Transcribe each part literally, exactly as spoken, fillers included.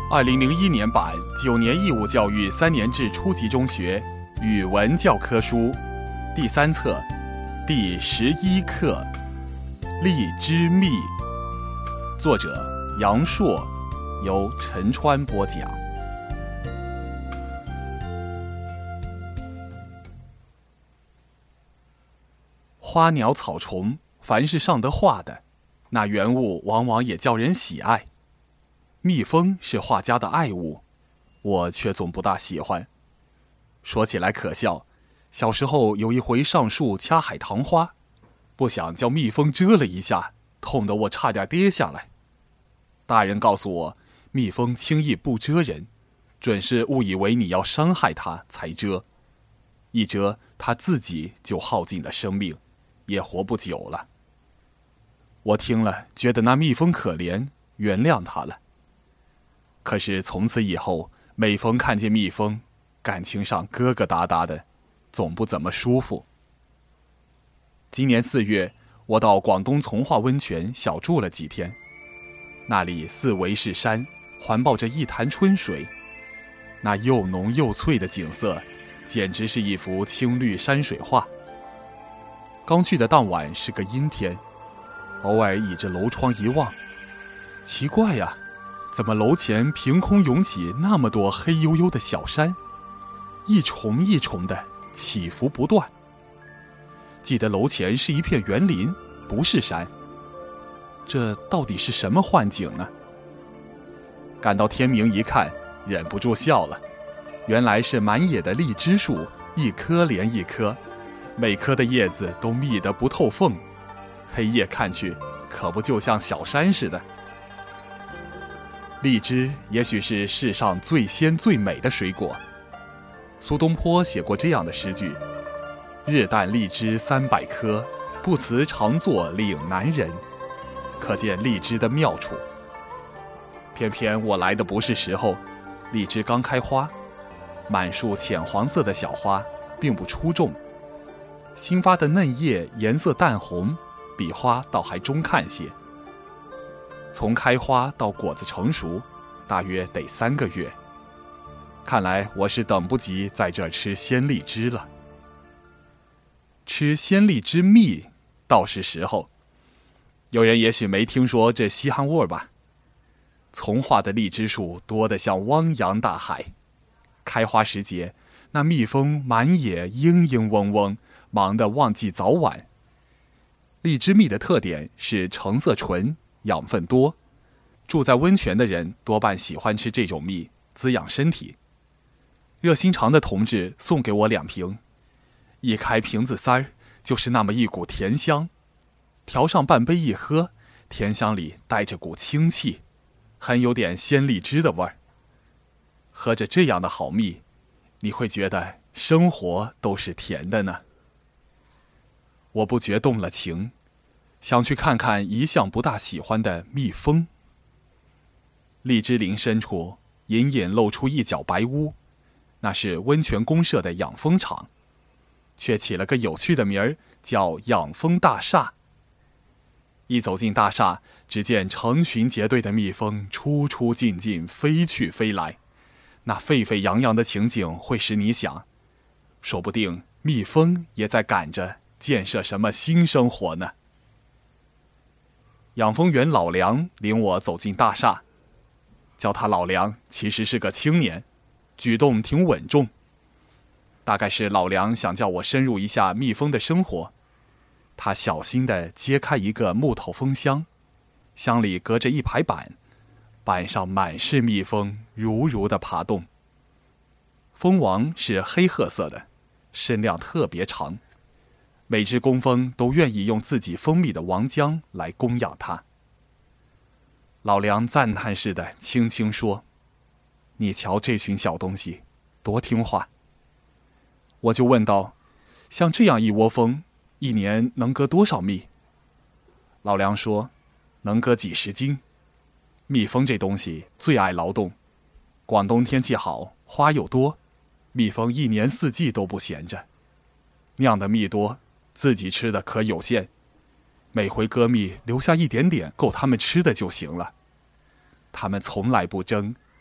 二零零一年版九年义务教育三年制初级中学语文教科书第三册第十一课《荔枝蜜》，作者杨硕，由陈川播讲。花鸟草虫，凡是上得画的，那原物往往也叫人喜爱。蜜蜂是画家的爱物，我却总不大喜欢。说起来可笑，小时候有一回上树掐海棠花，不想叫蜜蜂蛰了一下，痛得我差点跌下来。大人告诉我，蜜蜂轻易不蛰人，准是误以为你要伤害它才蛰，一蛰它自己就耗尽了生命，也活不久了。我听了觉得那蜜蜂可怜，原谅它了。可是从此以后，每逢看见蜜蜂，感情上疙疙瘩瘩的，总不怎么舒服。今年四月，我到广东从化温泉小住了几天，那里四围是山，环抱着一潭春水，那又浓又翠的景色，简直是一幅青绿山水画。刚去的当晚是个阴天，偶尔倚着楼窗一望，奇怪呀，怎么楼前凭空涌起那么多黑黝黝的小山，一重一重的起伏不断。记得楼前是一片园林，不是山，这到底是什么幻景呢？赶到天明一看，忍不住笑了，原来是满野的荔枝树，一棵连一棵，每棵的叶子都密得不透缝，黑夜看去可不就像小山似的。荔枝也许是世上最鲜最美的水果。苏东坡写过这样的诗句：日啖荔枝三百颗，不辞常作岭南人。可见荔枝的妙处。偏偏我来的不是时候，荔枝刚开花，满树浅黄色的小花并不出众，新发的嫩叶颜色淡红，比花倒还中看些。从开花到果子成熟，大约得三个月。看来我是等不及在这儿吃鲜荔枝了。吃鲜荔枝蜜倒是时候。有人也许没听说这稀罕味儿吧？从化的荔枝树多得像汪洋大海，开花时节，那蜜蜂满野嘤嘤嗡嗡，忙得忘记早晚。荔枝蜜的特点是成色纯，养分多，住在温泉的人多半喜欢吃这种蜜，滋养身体。热心肠的同志送给我两瓶，一开瓶子塞儿，就是那么一股甜香，调上半杯一喝，甜香里带着股清气，很有点鲜荔枝的味儿。喝着这样的好蜜，你会觉得生活都是甜的呢。我不觉动了情，想去看看一向不大喜欢的蜜蜂。荔枝林深处隐隐露出一角白屋，那是温泉公社的养蜂场，却起了个有趣的名儿，叫养蜂大厦。一走进大厦，只见成群结队的蜜蜂出出进进，飞去飞来，那沸沸扬扬的情景会使你想，说不定蜜蜂也在赶着建设什么新生活呢。养蜂员老梁领我走进大厦，叫他老梁其实是个青年，举动挺稳重。大概是老梁想叫我深入一下蜜蜂的生活。他小心地揭开一个木头蜂箱，箱里隔着一排板，板上满是蜜蜂，如如地爬动。蜂王是黑褐色的，身量特别长，每只工蜂都愿意用自己蜂蜜的王浆来供养它。老梁赞叹似的轻轻说：“你瞧这群小东西，多听话。”我就问道：“像这样一窝蜂，一年能割多少蜜？”老梁说：“能割几十斤。蜜蜂这东西最爱劳动，广东天气好，花又多，蜜蜂一年四季都不闲着，酿的蜜多，自己吃的可有限，每回割蜜留下一点点够他们吃的就行了。他们从来不争，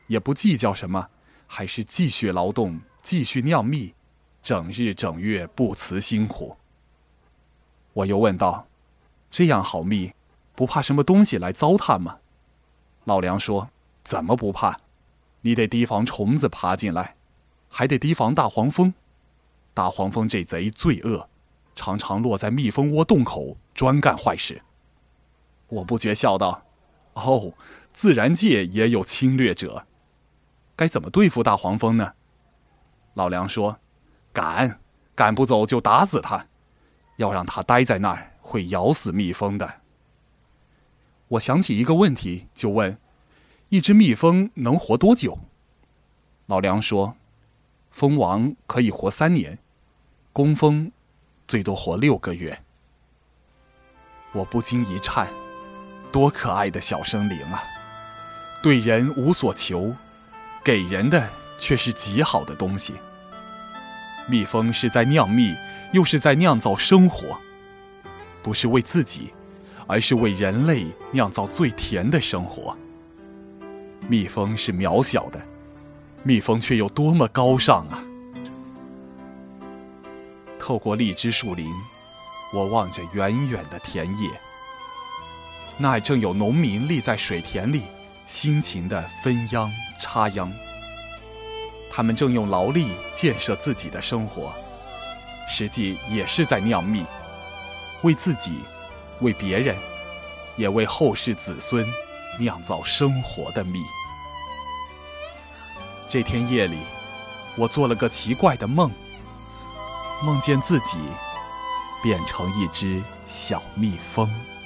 也不计较什么，还是继续劳动，继续酿蜜，整日整月不辞辛苦。我又问道：这样好蜜，不怕什么东西来糟蹋吗？老梁说：怎么不怕？你得提防虫子爬进来，还得提防大黄蜂。大黄蜂这贼最恶，常常落在蜜蜂窝洞口，专干坏事。我不觉笑道：哦，自然界也有侵略者，该怎么对付大黄蜂呢？老梁说：赶，赶不走就打死它，要让它待在那儿，会咬死蜜蜂的。我想起一个问题，就问：一只蜜蜂能活多久？老梁说：蜂王可以活三年，工蜂最多活六个月。我不禁一颤，多可爱的小生灵啊！对人无所求，给人的却是极好的东西。蜜蜂是在酿蜜，又是在酿造生活，不是为自己，而是为人类酿造最甜的生活。蜜蜂是渺小的，蜜蜂却有多么高尚啊！透过荔枝树林，我望着远远的田野，那儿正有农民立在水田里，辛勤地分秧插秧。他们正用劳力建设自己的生活，实际也是在酿蜜，为自己，为别人，也为后世子孙酿造生活的蜜。这天夜里，我做了个奇怪的梦，梦见自己变成一只小蜜蜂。